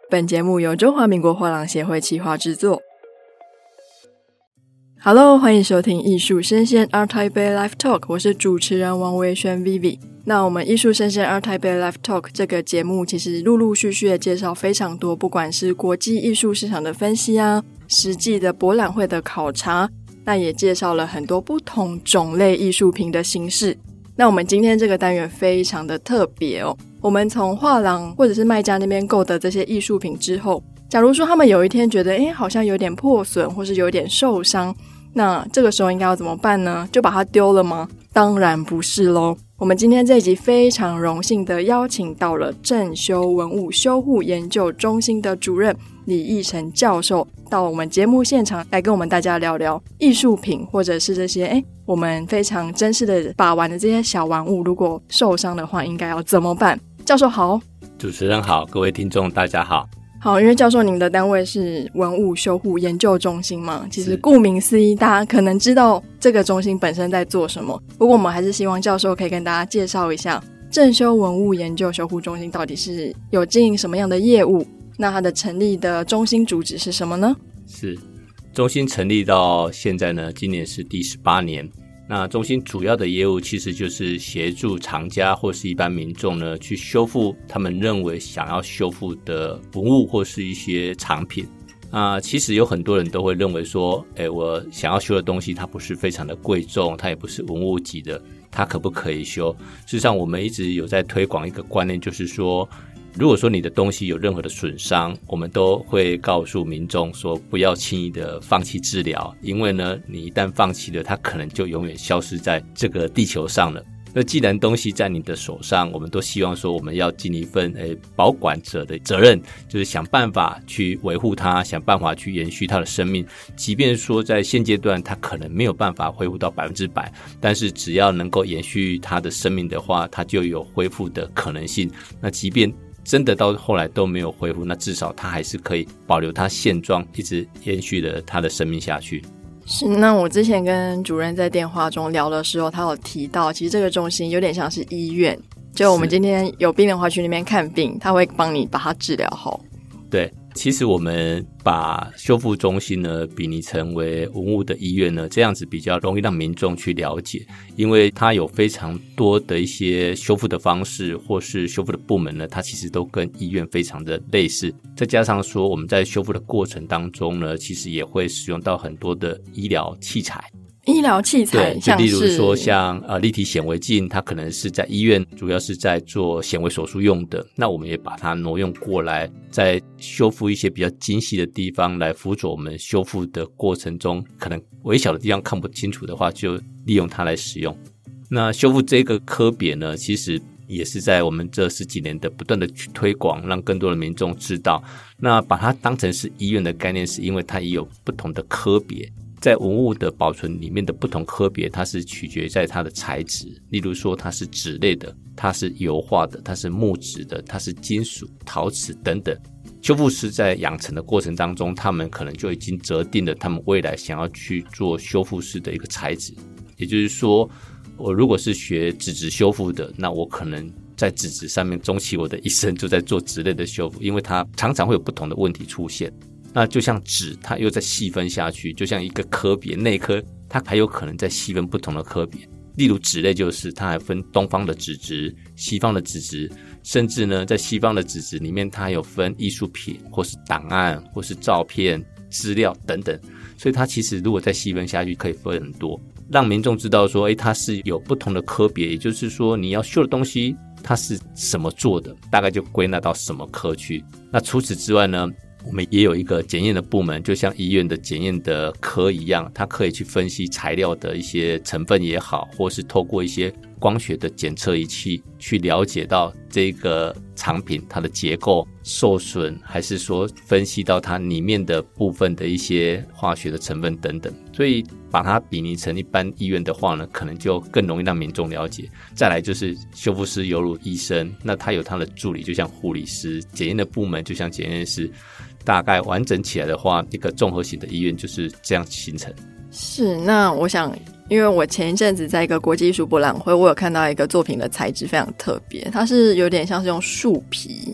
本节目由中华民国画廊协会企划制作。Hello， 欢迎收听艺术生鲜 Art Taipei Live Talk， 我是主持人王维轩 Vivi。那我们艺术生鲜 Art Taipei Live Talk 这个节目其实陆陆续续的介绍非常多，不管是国际艺术市场的分析啊，实际的博览会的考察，那也介绍了很多不同种类艺术品的形式。那我们今天这个单元非常的特别哦，我们从画廊或者是卖家那边购得这些艺术品之后，假如说他们有一天觉得好像有点破损或是有点受伤，那这个时候应该要怎么办呢？就把它丢了吗？当然不是咯。我们今天这一集非常荣幸的邀请到了正修文物修护研究中心的主任李义成教授到我们节目现场来跟我们大家聊聊艺术品，或者是这些我们非常珍视的把玩的这些小玩物，如果受伤的话应该要怎么办？教授好。 主持人好，各位听众大家好。 好，因为教授您的单位是文物修护研究中心嘛，其实顾名思义大家可能知道这个中心本身在做什么，不过我们还是希望教授可以跟大家介绍一下正修文物研究修护中心到底是有经营什么样的业务，那它的成立的中心主旨是什么呢？ 是，中心成立到现在呢，今年是第18年。那中心主要的业务其实就是协助厂家或是一般民众呢，去修复他们认为想要修复的文物或是一些藏品。其实有很多人都会认为说，我想要修的东西它不是非常的贵重，它也不是文物级的，它可不可以修？事实上我们一直有在推广一个观念，就是说如果说你的东西有任何的损伤，我们都会告诉民众说不要轻易的放弃治疗，因为呢你一旦放弃了，它可能就永远消失在这个地球上了。那既然东西在你的手上，我们都希望说我们要尽一份保管者的责任，就是想办法去维护它，想办法去延续它的生命。即便说在现阶段它可能没有办法恢复到100%，但是只要能够延续它的生命的话，它就有恢复的可能性。那即便真的到后来都没有恢复，那至少它还是可以保留它现状，一直延续了它的生命下去。 是，那我之前跟主任在电话中聊的时候，他有提到其实这个中心有点像是医院，就我们今天有病的话去那边看病，他会帮你把它治疗好。对， 其实我们把修复中心呢比拟成为文物的医院呢，这样子比较容易让民众去了解，因为它有非常多的一些修复的方式或是修复的部门呢，它其实都跟医院非常的类似。再加上说我们在修复的过程当中呢，其实也会使用到很多的医疗器材。 医疗器材， 对，就例如说像立体显微镜，它可能是在医院主要是在做显微手术用的，那我们也把它挪用过来，在修复一些比较精细的地方，来辅佐我们修复的过程中可能微小的地方看不清楚的话，就利用它来使用。那修复这个科别呢，其实也是在我们这10几年的不断的去推广，让更多的民众知道。那把它当成是医院的概念，是因为它也有不同的科别，在文物的保存里面的不同科别，它是取决在它的材质，例如说它是纸类的，它是油画的，它是木质的，它是金属、陶瓷等等。修复师在养成的过程当中，他们可能就已经择定了他们未来想要去做修复师的一个材质。也就是说，我如果是学纸质修复的，那我可能在纸质上面终其我的一生就在做纸类的修复，因为它常常会有不同的问题出现。那就像纸，它又再细分下去，就像一个科别，内科它还有可能再细分不同的科别。例如纸类就是它还分东方的纸质、西方的纸质，甚至呢在西方的纸质里面它还有分艺术品或是档案或是照片、资料等等，所以它其实如果再细分下去可以分很多，让民众知道说它是有不同的科别，也就是说你要修的东西它是什么做的，大概就归纳到什么科去。那除此之外呢，我们也有一个检验的部门，就像医院的检验的科一样，它可以去分析材料的一些成分也好，或是透过一些光学的检测仪器去了解到这个藏品它的结构受损，还是说分析到它里面的部分的一些化学的成分等等。所以把它比拟成一般医院的话呢，可能就更容易让民众了解。再来就是修复师犹如医生，那他有他的助理就像护理师，检验的部门就像检验师，大概完整起来的话，一个综合型的医院就是这样形成。 是，那我想因为我前一阵子在一个国际艺术博览会，我有看到一个作品的材质非常特别，它是有点像是用树皮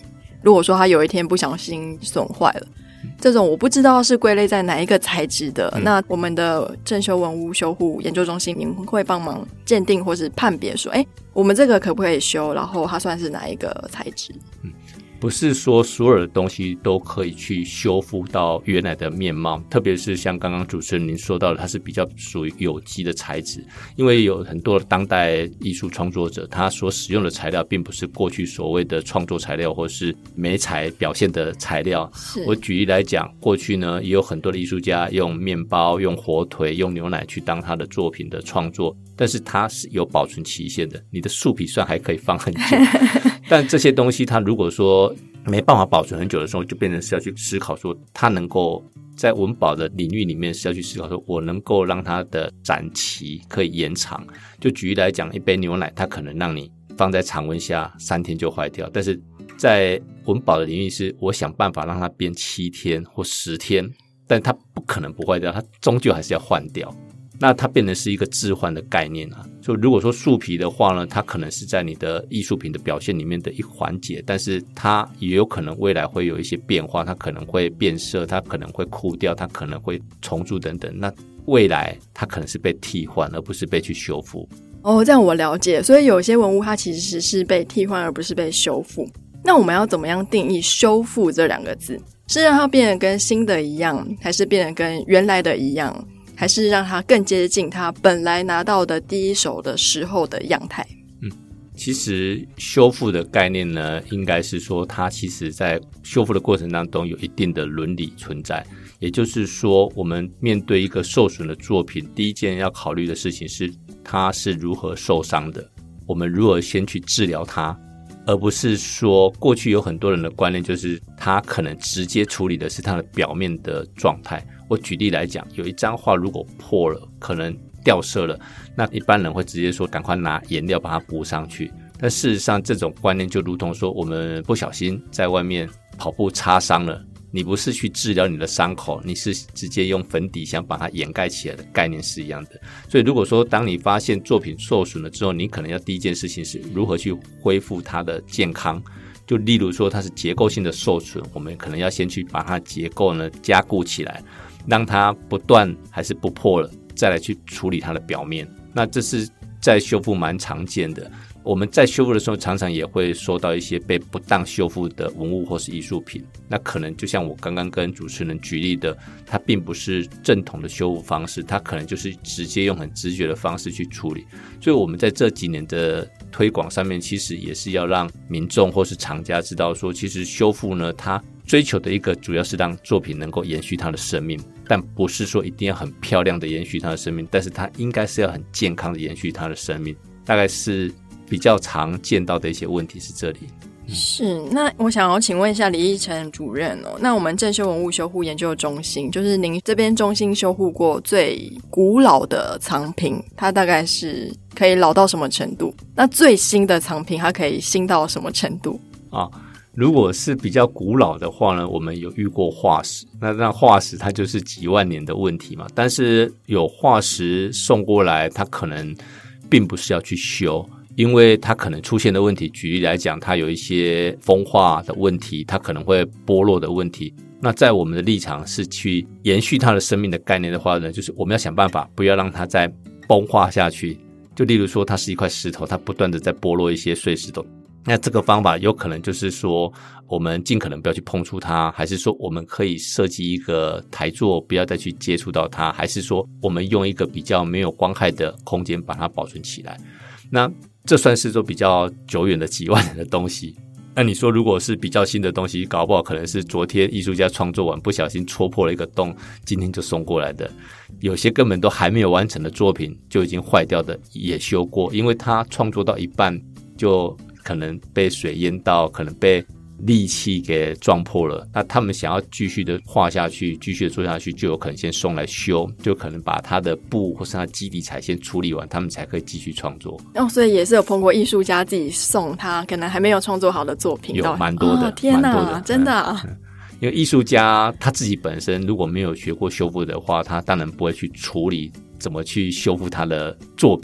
如果说它有一天不小心损坏了，这种我不知道是归类在哪一个材质的，那我们的正修文物修护研究中心您会帮忙鉴定或是判别说我们这个可不可以修，然后它算是哪一个材质？ 不是说所有的东西都可以去修复到原来的面貌，特别是像刚刚主持人您说到的，它是比较属于有机的材质，因为有很多当代艺术创作者，他所使用的材料并不是过去所谓的创作材料或是媒材表现的材料。我举例来讲，过去呢也有很多的艺术家用面包、用火腿、用牛奶去当他的作品的创作，但是它是有保存期限的，你的树皮算还可以放很久但这些东西它如果说没办法保存很久的时候，就变成是要去思考说它能够在文保的领域里面是要去思考说我能够让它的展期可以延长。就举例来讲，一杯牛奶它可能让你放在常温下3天就坏掉，但是在文保的领域是我想办法让它变7天或10天，但它不可能不坏掉，它终究还是要换掉，那它变成是一个置换的概念啊。就如果说树皮的话呢，它可能是在你的艺术品的表现里面的一环节，但是它也有可能未来会有一些变化，它可能会变色，它可能会枯掉，它可能会重铸等等，那未来它可能是被替换而不是被去修复。 这样我了解，所以有些文物它其实是被替换而不是被修复。那我们要怎么样定义修复这2个字？是让它变得跟新的一样，还是变得跟原来的一样，还是让它更接近它本来拿到的第一手的时候的样态？ 其实修复的概念呢，应该是说它其实在修复的过程当中有一定的伦理存在，也就是说我们面对一个受损的作品，第一件要考虑的事情是它是如何受伤的，我们如何先去治疗它，而不是说过去有很多人的观念就是他可能直接处理的是它的表面的状态。我举例来讲，有一张画如果破了，可能掉色了，那一般人会直接说赶快拿颜料把它补上去，但事实上这种观念就如同说我们不小心在外面跑步擦伤了，你不是去治疗你的伤口，你是直接用粉底想把它掩盖起来的概念是一样的。所以如果说当你发现作品受损了之后，你可能要第一件事情是如何去恢复它的健康。就例如说它是结构性的受损，我们可能要先去把它结构呢加固起来，让它不断还是不破了，再来去处理它的表面。那这是在修复蛮常见的。我们在修复的时候常常也会收到一些被不当修复的文物或是艺术品，那可能就像我刚刚跟主持人举例的，它并不是正统的修复方式，它可能就是直接用很直觉的方式去处理。所以我们在这几年的推广上面，其实也是要让民众或是厂家知道说，其实修复呢，它追求的一个主要是让作品能够延续它的生命，但不是说一定要很漂亮的延续它的生命，但是它应该是要很健康的延续它的生命，大概是比较常见到的一些问题是这里。 是，那我想要请问一下李义成主任那我们正修文物修护研究中心，就是您这边中心修护过最古老的藏品，它大概是可以老到什么程度？那最新的藏品它可以新到什么程度？ 如果是比较古老的话呢，我们有遇过化石，那化石它就是几万年的问题嘛，但是有化石送过来，它可能并不是要去修，因为它可能出现的问题，举例来讲，它有一些风化的问题，它可能会剥落的问题。那在我们的立场是去延续它的生命的概念的话呢，就是我们要想办法不要让它再崩化下去。就例如说它是一块石头，它不断的在剥落一些碎石头，那这个方法有可能就是说我们尽可能不要去碰触它，还是说我们可以设计一个台座不要再去接触到它，还是说我们用一个比较没有光害的空间把它保存起来。那这算是说比较久远的几万年的东西。那你说如果是比较新的东西，搞不好可能是昨天艺术家创作完不小心戳破了一个洞，今天就送过来的。有些根本都还没有完成的作品就已经坏掉的也修过，因为他创作到一半就可能被水淹到，可能被利器给撞破了，那他们想要继续的画下去，继续的做下去，就有可能先送来修，就可能把他的布或是他的基底材先处理完，他们才可以继续创作。 所以也是有碰过艺术家自己送他可能还没有创作好的作品， 有蛮多的。 天哪，真的因为艺术家他自己本身如果没有学过修复的话，他当然不会去处理怎么去修复他的作品。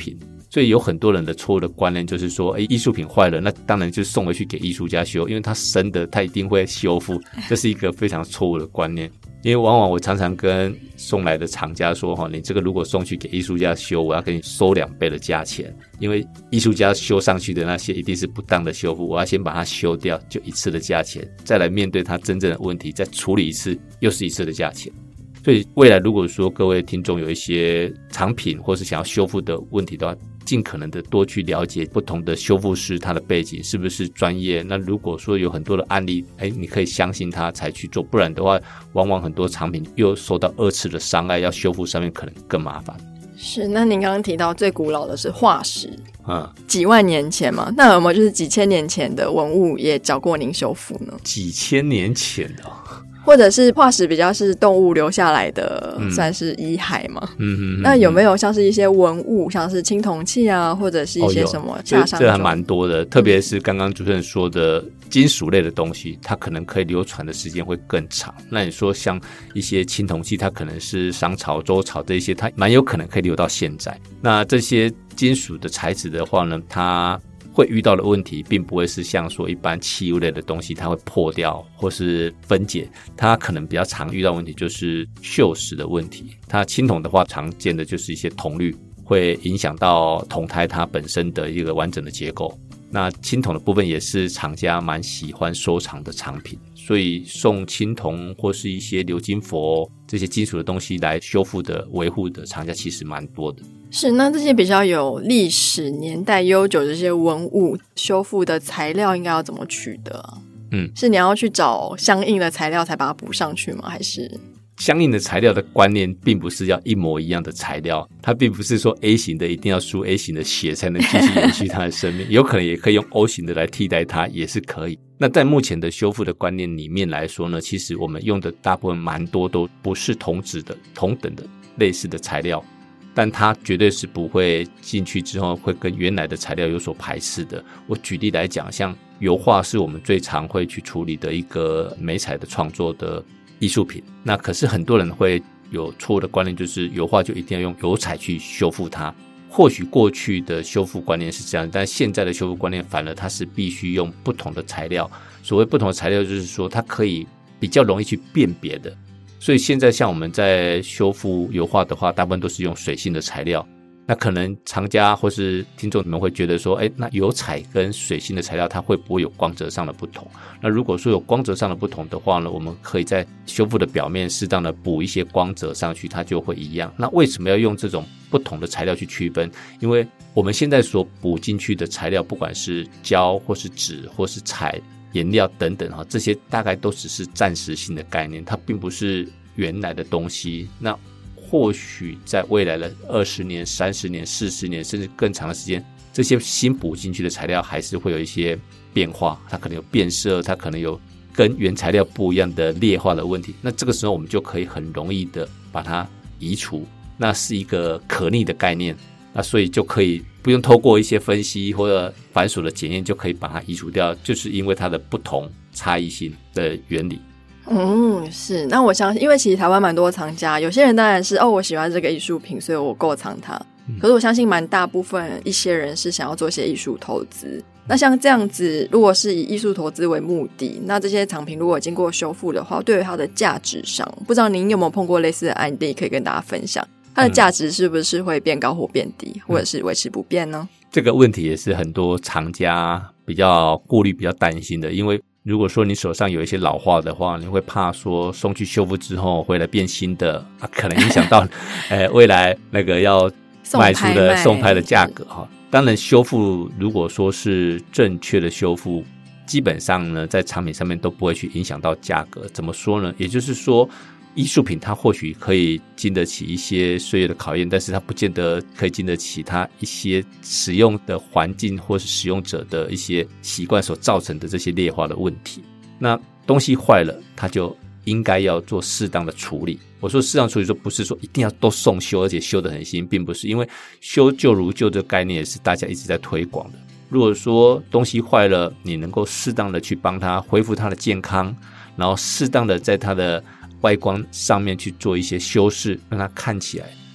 所以有很多人的错误的观念就是说，艺术品坏了，那当然就送回去给艺术家修，因为他生的他一定会修复，这是一个非常错误的观念。因为往往我常常跟送来的厂家说，你这个如果送去给艺术家修，我要给你收2倍的价钱，因为艺术家修上去的那些一定是不当的修复，我要先把它修掉，就一次的价钱，再来面对它真正的问题，再处理一次，又是一次的价钱。所以未来如果说各位听众有一些藏品或是想要修复的问题的话，尽可能的多去了解不同的修复师他的背景是不是专业，那如果说有很多的案例你可以相信他才去做，不然的话往往很多藏品又受到2次的伤害，要修复上面可能更麻烦。 是，那您刚刚提到最古老的是化石，几万年前嘛，那有没有就是几千年前的文物也找过您修复呢？ 几千年前的或者是化石比较是动物留下来的，算是遗骸嘛？那有没有像是一些文物，像是青铜器啊，或者是一些什么架上？ 这还蛮多的，特别是刚刚主持人说的金属类的东西，它可能可以流传的时间会更长。那你说像一些青铜器，它可能是商朝、周朝这些，它蛮有可能可以留到现在。那这些金属的材质的话呢，它会遇到的问题并不会是像说一般器物类的东西它会破掉或是分解，它可能比较常遇到的问题就是锈蚀的问题。它青铜的话常见的就是一些铜绿会影响到铜胎它本身的一个完整的结构，那青铜的部分也是厂家蛮喜欢收藏的藏品，所以送青铜或是一些鎏金佛这些金属的东西来修复的维护的厂家其实蛮多的。 是，那这些比较有历史年代悠久的这些文物修复的材料应该要怎么取得啊？是你要去找相应的材料才把它补上去吗？还是相应的材料的观念并不是要一模一样的材料，它并不是说 A 型的一定要输 A 型的血才能继续延续它的生命，有可能也可以用 O 型的来替代它，也是可以。那在目前的修复的观念里面来说呢，其实我们用的大部分蛮多都不是同质的同等的类似的材料，但它绝对是不会进去之后会跟原来的材料有所排斥的。我举例来讲，像油画是我们最常会去处理的一个媒材的创作的艺术品，那可是很多人会有错误的观念，就是油画就一定要用油彩去修复它。或许过去的修复观念是这样，但现在的修复观念反而它是必须用不同的材料。所谓不同的材料就是说它可以比较容易去辨别的，所以现在像我们在修复油画的话，大部分都是用水性的材料。那可能藏家或是听众你们会觉得说，那油彩跟水性的材料它会不会有光泽上的不同？那如果说有光泽上的不同的话呢，我们可以在修复的表面适当的补一些光泽上去，它就会一样。那为什么要用这种不同的材料去区分？因为我们现在所补进去的材料，不管是胶或是纸或是彩颜料等等，这些大概都只是暂时性的概念，它并不是原来的东西。那或许在未来的20年、30年、40年甚至更长的时间，这些新补进去的材料还是会有一些变化，它可能有变色，它可能有跟原材料不一样的劣化的问题。那这个时候我们就可以很容易的把它移除，那是一个可逆的概念，那所以就可以不用透过一些分析或者繁琐的检验就可以把它移除掉，就是因为它的不同差异性的原理。 是。那我相信，因为其实台湾蛮多藏家，有些人当然是我喜欢这个艺术品，所以我购藏它。可是我相信蛮大部分一些人是想要做一些艺术投资。那像这样子，如果是以艺术投资为目的，那这些藏品如果经过修复的话，对于它的价值上，不知道您有没有碰过类似的案例可以跟大家分享？它的价值是不是会变高或变低，或者是维持不变呢？ 这个问题也是很多藏家比较顾虑、比较担心的，因为如果说你手上有一些老画的话，你会怕说送去修复之后回来变新的，可能影响到未来那个要卖出的送拍的价格。当然修复如果说是正确的修复，基本上呢在产品上面都不会去影响到价格。怎么说呢？也就是说艺术品它或许可以经得起一些岁月的考验，但是它不见得可以经得起它一些使用的环境或是使用者的一些习惯所造成的这些劣化的问题。那东西坏了，它就应该要做适当的处理。我说适当处理，说不是说一定要都送修，而且修得很新，并不是，因为修旧如旧这个概念也是大家一直在推广的。如果说东西坏了，你能够适当的去帮它恢复它的健康，然后适当的在它的外观上面去做一些修饰，让它看起来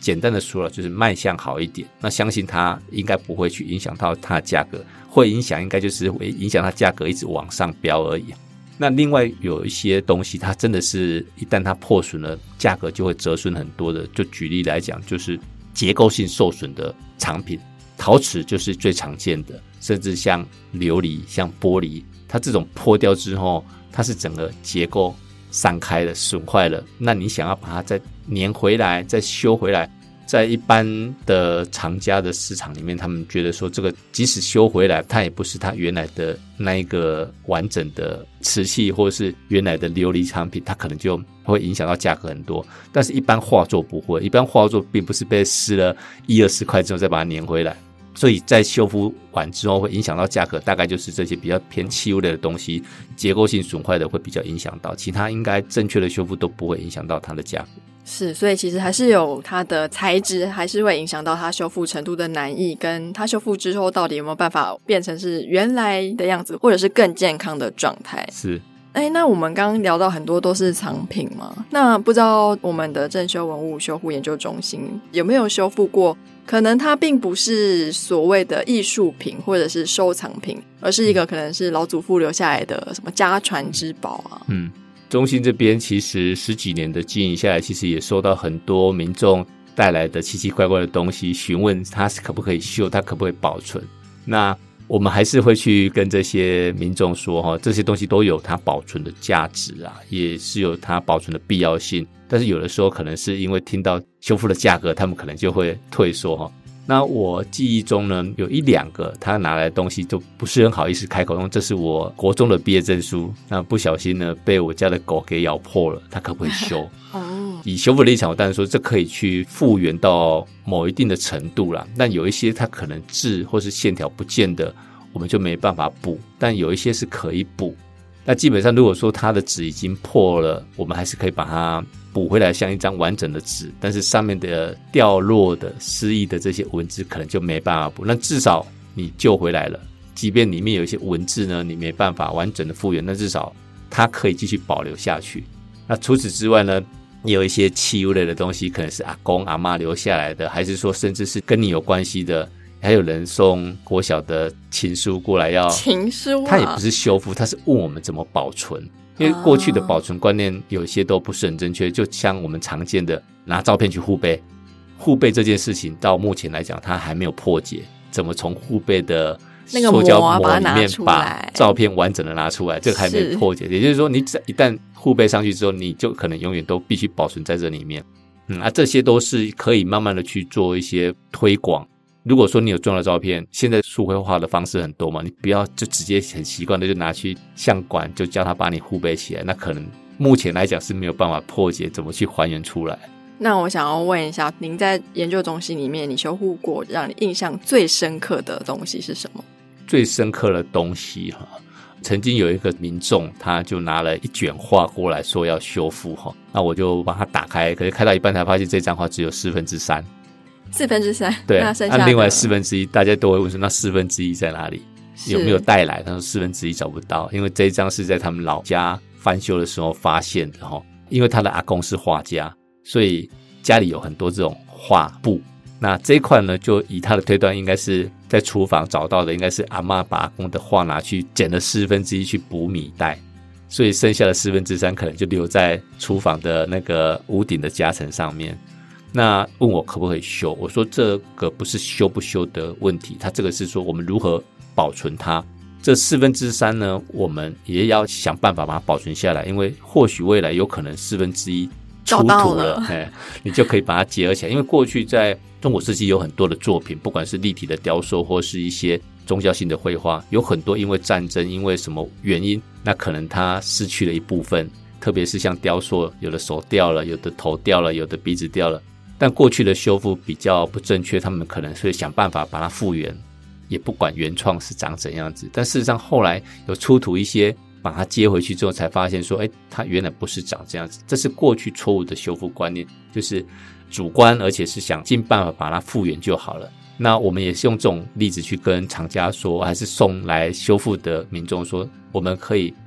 简单的说了，就是卖相好一点，那相信它应该不会去影响到它的价格，会影响应该就是会影响它价格一直往上飙而已。那另外有一些东西它真的是一旦它破损了，价格就会折损很多的，就举例来讲，就是结构性受损的产品，陶瓷就是最常见的，甚至像琉璃像玻璃，它这种破掉之后它是整个结构散开了损坏了，那你想要把它再粘回来再修回来，在一般的厂家的市场里面，他们觉得说这个即使修回来它也不是它原来的那一个完整的瓷器或者是原来的琉璃产品，它可能就会影响到价格很多。但是一般画作不会，一般画作并不是被撕了10-20块之后再把它粘回来，所以在修复完之后会影响到价格，大概就是这些比较偏器物类的东西，结构性损坏的会比较影响到，其他应该正确的修复都不会影响到它的价格。 是，所以其实还是有它的材质，还是会影响到它修复程度的难易，跟它修复之后到底有没有办法变成是原来的样子，或者是更健康的状态。 是。 那我们刚刚聊到很多都是藏品嘛，那不知道我们的正修文物修复研究中心有没有修复过可能它并不是所谓的艺术品或者是收藏品，而是一个可能是老祖父留下来的什么家传之宝啊。 中心这边其实10几年的经营下来，其实也收到很多民众带来的奇奇怪怪的东西，询问它可不可以修，它可不可以保存。那我们还是会去跟这些民众说，这些东西都有它保存的价值啊，也是有它保存的必要性，但是有的时候可能是因为听到修复的价格，他们可能就会退缩。那我记忆中呢，有1-2个他拿来的东西就不是很好意思开口用，这是我国中的毕业证书，那不小心呢被我家的狗给咬破了，它可不可以修？以修复的立场，我当然说这可以去复原到某一定的程度啦，但有一些它可能质或是线条不见的，我们就没办法补，但有一些是可以补。那基本上如果说它的纸已经破了，我们还是可以把它补回来像一张完整的纸，但是上面的掉落的失意的这些文字可能就没办法补，那至少你救回来了，即便里面有一些文字呢你没办法完整的复原，那至少它可以继续保留下去。那除此之外呢，也有一些器物类的东西，可能是阿公阿嬷留下来的，还是说甚至是跟你有关系的，还有人送国小的情书过来要情书啊， 他也不是修复，他是问我们怎么保存，因为过去的保存观念有些都不是很正确，就像我们常见的拿照片去护背，护背这件事情到目前来讲它还没有破解，怎么从护背的塑胶膜里面把照片完整的拿出来，这个还没破解。也就是说你一旦护背上去之后，你就可能永远都必须保存在这里面。这些都是可以慢慢的去做一些推广。如果说你有重要的照片，现在数位化的方式很多嘛，你不要就直接很习惯的就拿去相馆就叫他把你护背起来，那可能目前来讲是没有办法破解怎么去还原出来。 那我想要问一下，您在研究中心里面你修复过让你印象最深刻的东西是什么？ 最深刻的东西曾经有一个民众他就拿了一卷画过来说要修复，那我就把它打开，可是开到一半才发现这张画只有3/4，对， 那剩下的另外1/4大家都会问说那1/4在哪里，有没有带来？他说1/4找不到，因为这一张是在他们老家翻修的时候发现的，因为他的阿公是画家，所以家里有很多这种画布，那这一块呢就以他的推断应该是在厨房找到的，应该是阿嬷把阿公的画拿去剪了1/4去补米袋，所以剩下的3/4可能就留在厨房的那个屋顶的夹层上面。那问我可不可以修，我说这个不是修不修的问题，它这个是说我们如何保存它。这3/4呢我们也要想办法把它保存下来，因为或许未来有可能1/4出土了，你就可以把它结合起来。因为过去在中国设计有很多的作品，不管是立体的雕塑或是一些宗教性的绘画，有很多因为战争因为什么原因，那可能它失去了一部分，特别是像雕塑，有的手掉了，有的头掉了，有的鼻子掉了，但过去的修复比较不正确，他们可能会想办法把它复原，也不管原创是长怎样子。但事实上后来有出土一些把它接回去之后才发现说它原来不是长这样子，这是过去错误的修复观念，就是主观而且是想尽办法把它复原就好了。那我们也是用这种例子去跟厂家说，还是送来修复的民众说，我们可以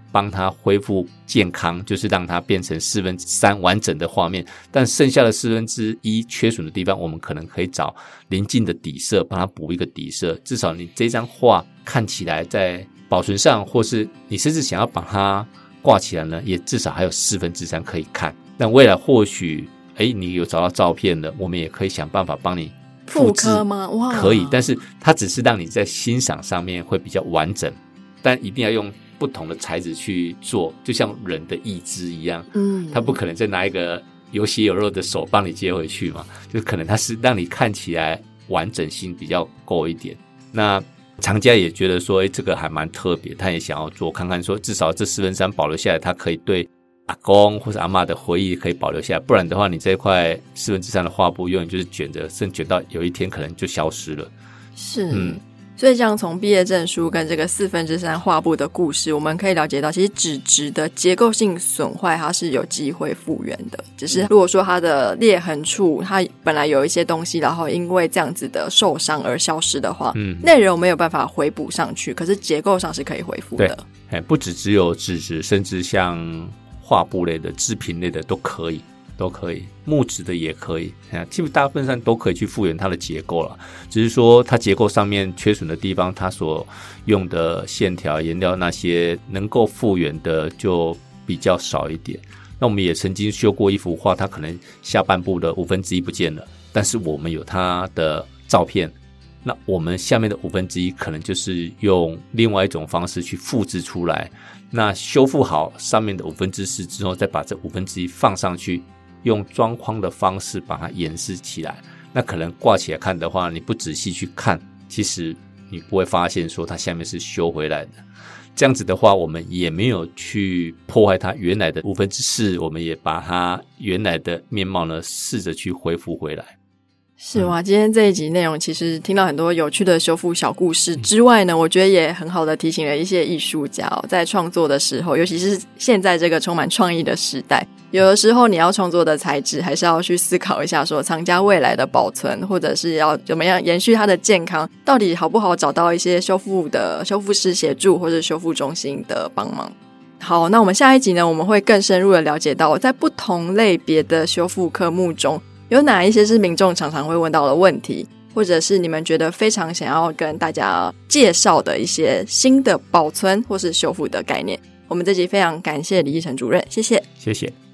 帮它恢复健康，就是让它变成3/4完整的画面，但剩下的1/4缺损的地方，我们可能可以找邻近的底色帮它补一个底色，至少你这张画看起来在保存上，或是你甚至想要把它挂起来呢，也至少还有3/4可以看。但未来或许你有找到照片了，我们也可以想办法帮你复刻吗？哇， 可以，但是它只是让你在欣赏上面会比较完整，但一定要用不同的材质去做，就像人的义肢一样，它不可能再拿一个有血有肉的手帮你接回去嘛，就可能它是让你看起来完整性比较够一点。那厂家也觉得说这个还蛮特别，他也想要做看看说至少这3/4保留下来，他可以对阿公或是阿嬷的回忆可以保留下来，不然的话你这块3/4的画布永远就是卷着，甚至卷到有一天可能就消失了。 是，所以这样从毕业证书跟这个3/4画布的故事，我们可以了解到其实纸质的结构性损坏它是有机会复原的，只是如果说它的裂痕处它本来有一些东西，然后因为这样子的受伤而消失的话，内容没有办法回补上去，可是结构上是可以恢复的。 对，不只有纸质，甚至像画布类的织品类的都可以，木质的也可以，基本大部分上都可以去复原它的结构了，只是说它结构上面缺损的地方，它所用的线条颜料那些能够复原的就比较少一点。那我们也曾经修过一幅画，它可能下半部的1/5不见了，但是我们有它的照片，那我们下面的1/5可能就是用另外一种方式去复制出来，那修复好上面的4/5之后，再把这1/5放上去，用装框的方式把它掩饰起来。那可能挂起来看的话，你不仔细去看，其实你不会发现说它下面是修回来的。这样子的话，我们也没有去破坏它原来的4/5，我们也把它原来的面貌呢试着去恢复回来。 是哇，今天这一集内容其实听到很多有趣的修复小故事之外呢，我觉得也很好的提醒了一些艺术家在创作的时候，尤其是现在这个充满创意的时代，有的时候你要创作的材质还是要去思考一下说藏家未来的保存，或者是要怎么样延续它的健康，到底好不好找到一些修复师协助或者修复中心的帮忙。好，那我们下一集呢，我们会更深入的了解到在不同类别的修复科目中有哪一些是民众常常会问到的问题，或者是你们觉得非常想要跟大家介绍的一些新的保存或是修复的概念。我们这集非常感谢李义成主任，谢谢。 谢谢。